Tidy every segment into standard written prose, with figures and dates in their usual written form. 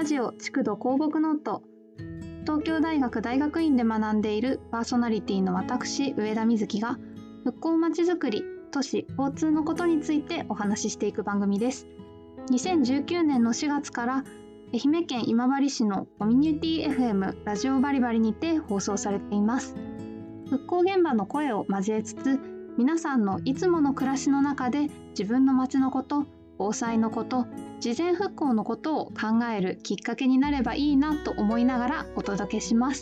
ラジオ築土鉱木ノート。東京大学大学院で学んでいるパーソナリティの私上田瑞希が復興まちづくり、都市、交通のことについてお話ししていく番組です。2019年の4月から愛媛県今治市のコミュニティ FM ラジオバリバリにて放送されています。復興現場の声を交えつつ、皆さんのいつもの暮らしの中で自分の街のこと、防災のこと、事前復興のことを考えるきっかけになればいいなと思いながらお届けします。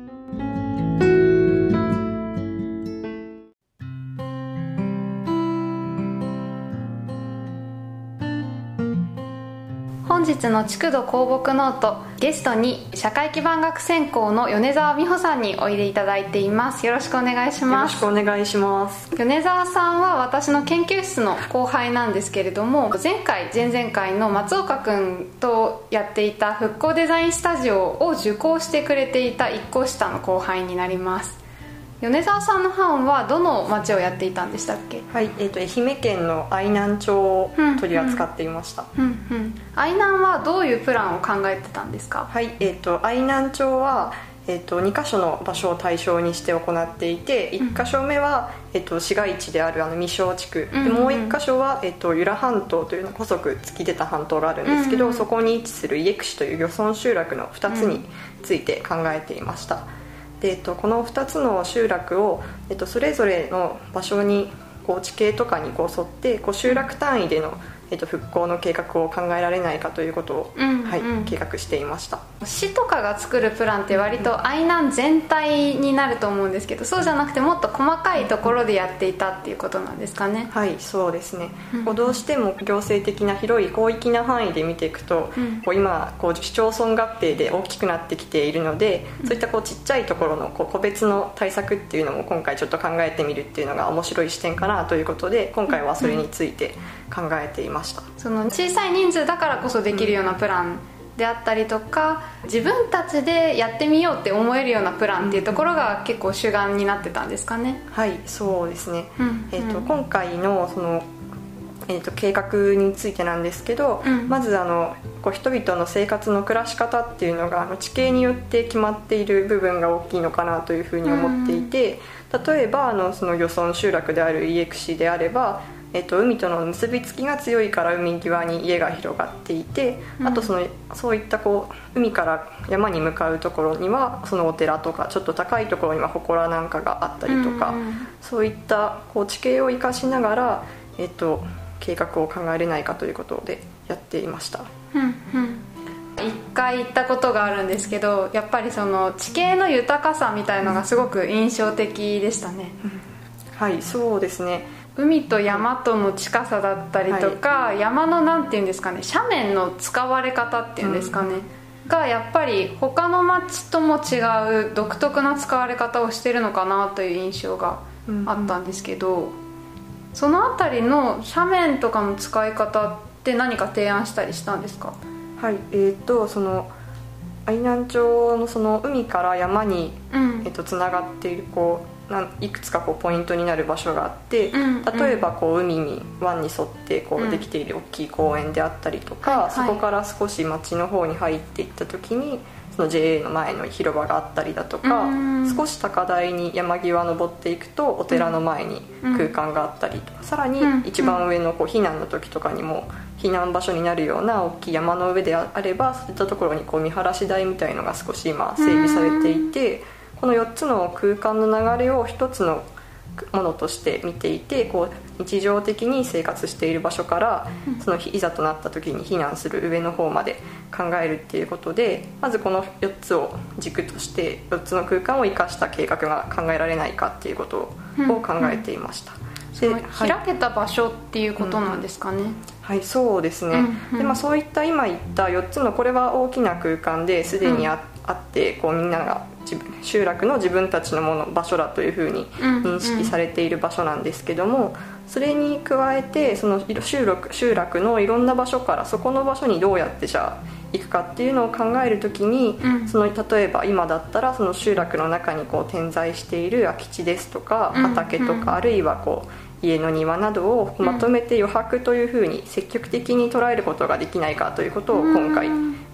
本日の築土鉱木ノート、ゲストに社会基盤学専攻の米澤美穂さんにおいでいただいています。よろしくお願いします。 よろしくお願いします。 米澤さんは私の研究室の後輩なんですけれども、前々回の松岡くんとやっていた復興デザインスタジオを受講してくれていた1個下の後輩になります。米澤さんの班はどの町をやっていたんでしたっけ？ はい、愛媛県の愛南町を取り扱っていました。 愛南はどういうプランを考えてたんですか？ はい、愛南町は、2カ所の場所を対象にして行っていて、1カ所目は、市街地である未庄地区、でもう1カ所は、由良半島というの細く突き出た半島があるんですけど、そこに位置する家串という漁村集落の2つについて考えていました。でこの2つの集落を、それぞれの場所に地形とかに沿って集落単位での、復興の計画を考えられないかということを、計画していました。 市とかが作るプランって割と愛南全体になると思うんですけど、そうじゃなくてもっと細かいところでやっていたっていうことなんですかね？ はい、そうですね。どうしても行政的な広い広域な範囲で見ていくと、今市町村合併で大きくなってきているので、そういったちっちゃいところの個別の対策っていうのも今回ちょっと考えてみるっていうのが面白い視点かなということで、今回はそれについて考えていました。 その小さい人数だからこそできるようなプランであったりとか、自分たちでやってみようって思えるようなプランっていうところが結構主眼になってたんですかね？ はい、そうですね。今回のその計画についてなんですけど、まず人々の生活の暮らし方っていうのが地形によって決まっている部分が大きいのかなというふうに思っていて、例えばその漁村集落である家串であれば、海との結びつきが強いから海際に家が広がっていて、あとそういった海から山に向かうところにはそのお寺とか、ちょっと高いところには祠なんかがあったりとか、そういった地形を生かしながら、計画を考えれないかということでやっていました。 一回行ったことがあるんですけど、やっぱりその地形の豊かさみたいのがすごく印象的でしたね。 はい、そうですね。 海と山との近さだったりとか、山のなんていうんですかね、斜面の使われ方っていうんですかね、がやっぱり他の町とも違う独特な使われ方をしてるのかなという印象があったんですけど、そのあたりの斜面とかの使い方って何か提案したりしたんですか？ はい、その愛南町のその海から山に、つながっているいくつかポイントになる場所があって、例えば海に湾に沿ってできている大きい公園であったりとか、そこから少し町の方に入っていった時にその JA の前の広場があったりだとか、少し高台に山際登っていくとお寺の前に空間があったりとか、さらに一番上の避難の時とかにも避難場所になるような大きい山の上であれば、そういったところに見晴らし台みたいのが少し今整備されていて、この4つの空間の流れを1つのものとして見ていて、日常的に生活している場所からそのいざとなった時に避難する上の方まで考えるっていうことで、まずこの4つを軸として4つの空間を生かした計画が考えられないかっていうことを考えていました。 で開けた場所っていうことなんですかね？ はい、そうですね。でそういった今言った4つの、これは大きな空間ですでにあってみんなが集落の自分たちの場所だというふうに認識されている場所なんですけども、それに加えてその集落のいろんな場所からそこの場所にどうやって行くかっていうのを考えるときに、例えば今だったらその集落の中に点在している空き地ですとか畑とか、あるいは家の庭などをまとめて余白というふうに積極的に捉えることができないかということを今回考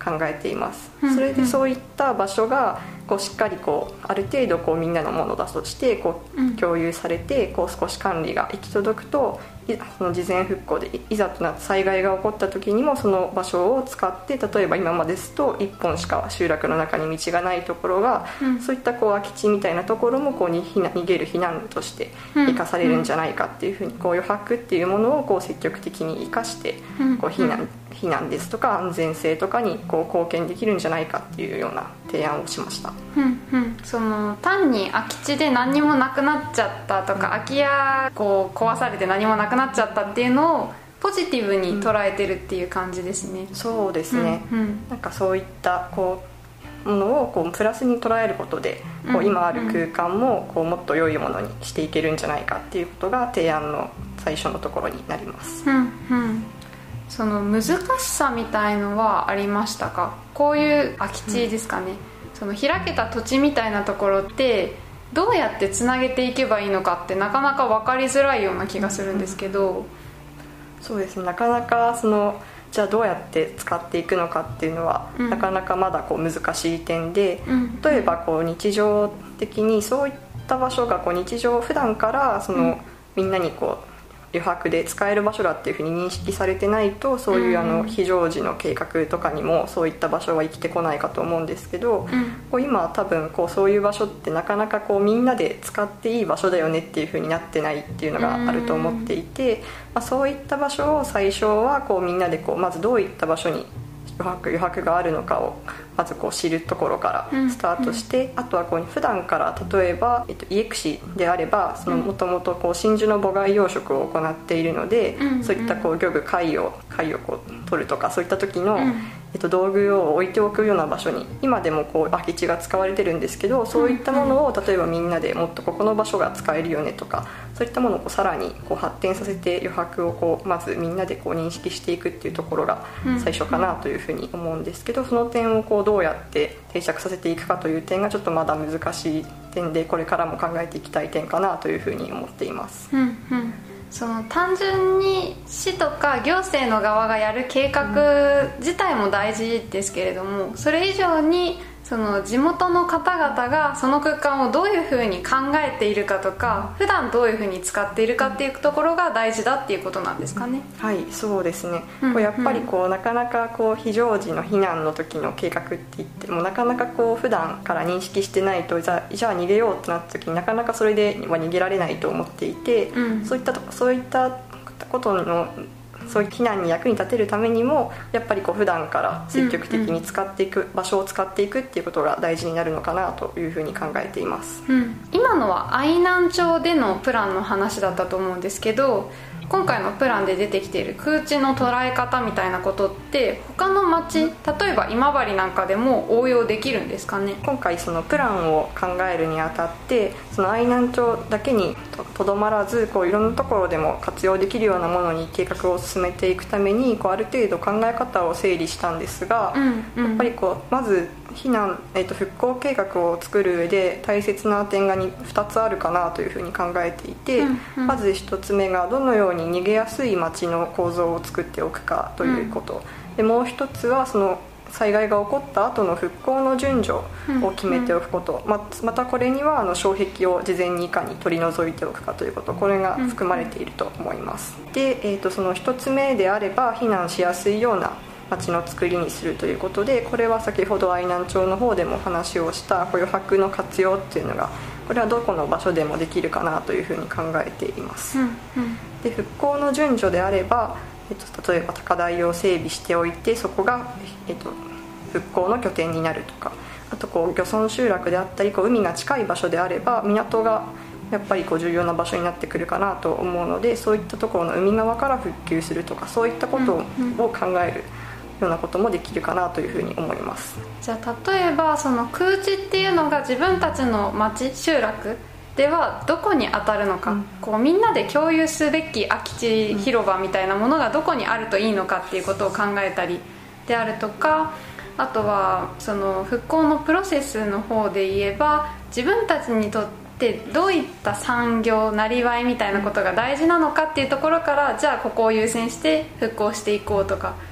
考えています。それでそういった場所がこうしっかりこうある程度こうみんなのものだとしてこう共有されてこう少し管理が行き届くと、その事前復興でいざとなって災害が起こった時にもその場所を使って、例えば今までですと1本しか集落の中に道がないところが、そういったこう空き地みたいなところもこう逃げる避難として生かされるんじゃないかっていうふうに、こう余白っていうものをこう積極的に生かしてこう避難ですとか安全性とかにこう貢献できるんじゃないかっていうような提案をしました。 その単に空き地で何もなくなっちゃったとか、空き家こう壊されて何もなくなっちゃったっていうのをポジティブに捉えてるっていう感じですね。 そうですね、なんかそういったこうものをこうプラスに捉えることでこう今ある空間もこうもっと良いものにしていけるんじゃないかっていうことが提案の最初のところになります。 その難しさみたいのはありましたか？こういう空き地ですかね、その開けた土地みたいなところってどうやってつなげていけばいいのかってなかなか分かりづらいような気がするんですけど。 そうですね、なかなかじゃあどうやって使っていくのかっていうのは、なかなかまだこう難しい点で、例えばこう日常的にそういった場所がこう日常普段からみんなにこう余白で使える場所だっていうふうに認識されてないと、そういう非常時の計画とかにもそういった場所は生きてこないかと思うんですけど、こう今は多分こうそういう場所ってなかなかこうみんなで使っていい場所だよねっていうふうになってないっていうのがあると思っていて、そういった場所を最初はこうみんなでこうまずどういった場所に余白があるのかをまずこう知るところからスタートして、あとはこう普段から例えば、家串であればもともと真珠の母貝養殖を行っているので、そういったこう漁具貝をこう取るとか、そういった時の道具を置いておくような場所に今でもこう空き地が使われてるんですけど、そういったものを例えばみんなでもっとここの場所が使えるよねとか、そういったものをこうさらにこう発展させて余白をこうまずみんなでこう認識していくっていうところが最初かなというふうに思うんですけど、その点をこうどうやって定着させていくかという点がちょっとまだ難しい点で、これからも考えていきたい点かなというふうに思っています。 その単純に市とか行政の側がやる計画自体も大事ですけれども、それ以上にその地元の方々がその空間をどういうふうに考えているかとか、普段どういうふうに使っているかっていうところが大事だっていうことなんですかね。 はい、そうですね、こうやっぱりこうなかなかこう非常時の避難の時の計画って言ってもなかなかこう普段から認識してないと、じゃあ逃げようってなった時になかなかそれでは逃げられないと思っていて、そういったことのそういう避難に役に立てるためにもやっぱりこう普段から積極的に使っていく、場所を使っていくっていうことが大事になるのかなというふうに考えています。 今のは愛南町でのプランの話だったと思うんですけど、今回のプランで出てきている空地の捉え方みたいなことって他の町、例えば今治なんかでも応用できるんですかね。 今回そのプランを考えるにあたってその愛南町だけにとどまらずこういろんなところでも活用できるようなものに計画を進めていくためにこうある程度考え方を整理したんですが、やっぱりこうまず避難、復興計画を作る上で大切な点が2つあるかなというふうに考えていて、まず1つ目がどのように逃げやすい街の構造を作っておくかということ、でもう1つはその災害が起こった後の復興の順序を決めておくこと、またこれには障壁を事前にいかに取り除いておくかということ、これが含まれていると思います。で、その1つ目であれば避難しやすいような街の作りにするということで、これは先ほど愛南町の方でも話をした余白の活用っていうのがこれはどこの場所でもできるかなというふうに考えています。で復興の順序であれば、例えば高台を整備しておいてそこが、復興の拠点になるとか、あとこう漁村集落であったりこう海が近い場所であれば港がやっぱりこう重要な場所になってくるかなと思うので、そういったところの海側から復旧するとかそういったことを考えるようなこともできるかなというふうに思います。 じゃあ例えばその空地っていうのが自分たちの町集落ではどこに当たるのか、こうみんなで共有すべき空き地広場みたいなものがどこにあるといいのかっていうことを考えたりであるとか、あとはその復興のプロセスの方で言えば自分たちにとってどういった産業なりわいみたいなことが大事なのかっていうところから、じゃあここを優先して復興していこうとか、そ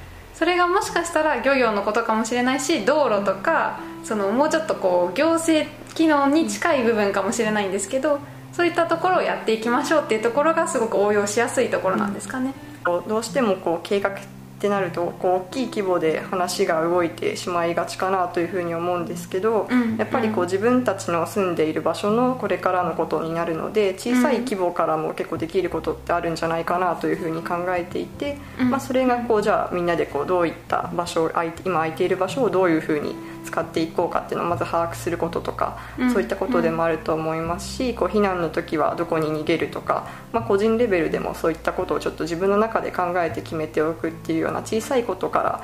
それがもしかしたら漁業のことかもしれないし、道路とかそのもうちょっとこう行政機能に近い部分かもしれないんですけど、そういったところをやっていきましょうっていうところがすごく応用しやすいところなんですかね。 どうしてもこう計画ってなると大きい規模で話が動いてしまいがちかなというふうに思うんですけど、やっぱり自分たちの住んでいる場所のこれからのことになるので、小さい規模からも結構できることってあるんじゃないかなというふうに考えていて、それがじゃあみんなでどういった場所、今空いている場所をどういうふうに使っていこうかっていうのをまず把握することとか、そういったことでもあると思いますし、避難の時はどこに逃げるとか、個人レベルでもそういったことをちょっと自分の中で考えて決めておくっていうような小さいことから、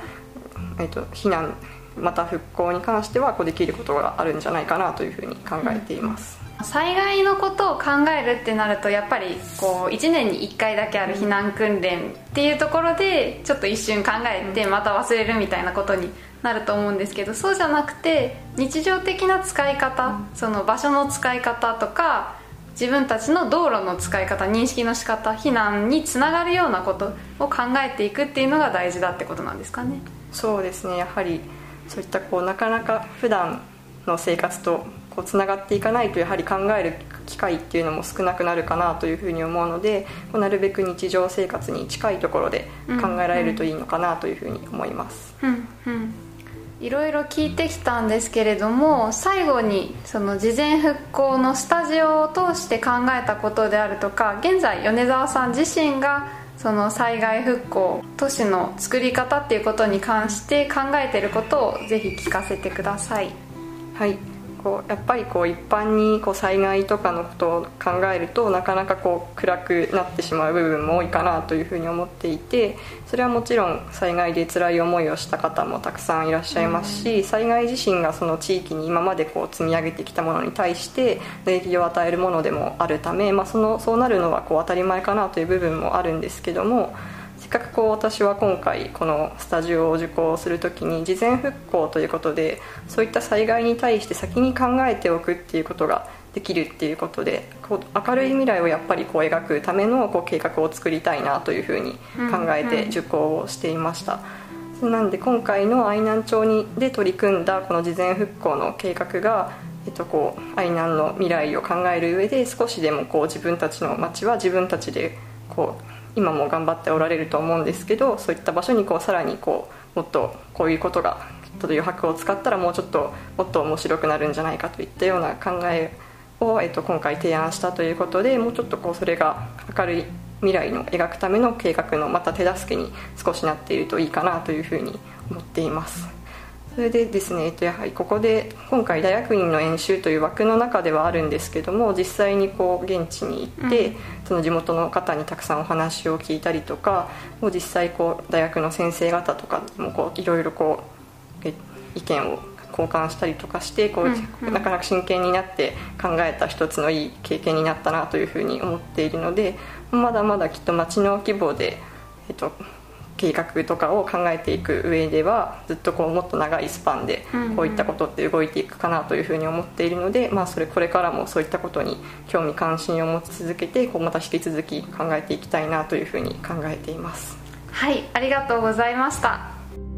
避難また復興に関してはできることがあるんじゃないかなというふうに考えています。 災害のことを考えるってなると、やっぱり1年に1回だけある避難訓練っていうところでちょっと一瞬考えてまた忘れるみたいなことになると思うんですけど、そうじゃなくて日常的な使い方、その場所の使い方とか自分たちの道路の使い方、認識の仕方、避難につながるようなことを考えていくっていうのが大事だってことなんですかね。 そうですね、やはりそういったなかなか普段の生活とつながっていかないと、やはり考える機会っていうのも少なくなるかなというふうに思うので、なるべく日常生活に近いところで考えられるといいのかなというふうに思います。 いろいろ聞いてきたんですけれども、最後にその事前復興のスタジオを通して考えたことであるとか、現在米沢さん自身がその災害復興都市の作り方っていうことに関して考えていることをぜひ聞かせてください。 はい、やっぱり一般に災害とかのことを考えるとなかなか暗くなってしまう部分も多いかなというふうに思っていて、それはもちろん災害で辛い思いをした方もたくさんいらっしゃいますし、災害自身がその地域に今まで積み上げてきたものに対して打撃を与えるものでもあるため、そうなるのは当たり前かなという部分もあるんですけども、せっかく私は今回このスタジオを受講するときに事前復興ということで、そういった災害に対して先に考えておくっていうことができるっていうことで、明るい未来をやっぱり描くための計画を作りたいなというふうに考えて受講をしていました。なんで今回の愛南町で取り組んだこの事前復興の計画が、愛南の未来を考える上で少しでも自分たちの町は自分たちで今も頑張っておられると思うんですけど、そういった場所にさらにもっとこういうことがちょっと余白を使ったらもうちょっともっと面白くなるんじゃないかといったような考えを、今回提案したということで、もうちょっとそれが明るい未来の描くための計画のまた手助けに少しなっているといいかなというふうに思っています。それでですね、やはりここで今回大学院の演習という枠の中ではあるんですけども、実際に現地に行って、その地元の方にたくさんお話を聞いたりとか、実際大学の先生方とかもいろいろ意見を交換したりとかしてなかなか真剣になって考えた一つのいい経験になったなというふうに思っているので、まだまだきっと町の規模で、計画とかを考えていく上ではずっともっと長いスパンでこういったことって動いていくかなというふうに思っているので、これからもそういったことに興味関心を持ち続けてまた引き続き考えていきたいなというふうに考えています。 はい、ありがとうございました。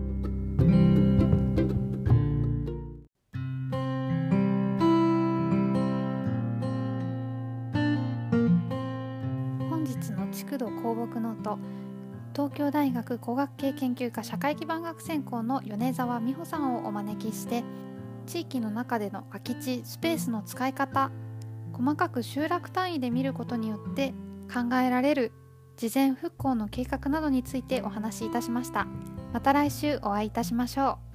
本日の築土公木ノート、東京大学工学系研究科社会基盤学専攻の米沢美穂さんをお招きして、地域の中での空き地スペースの使い方、細かく集落単位で見ることによって考えられる事前復興の計画などについてお話しいたしました。また来週お会いいたしましょう。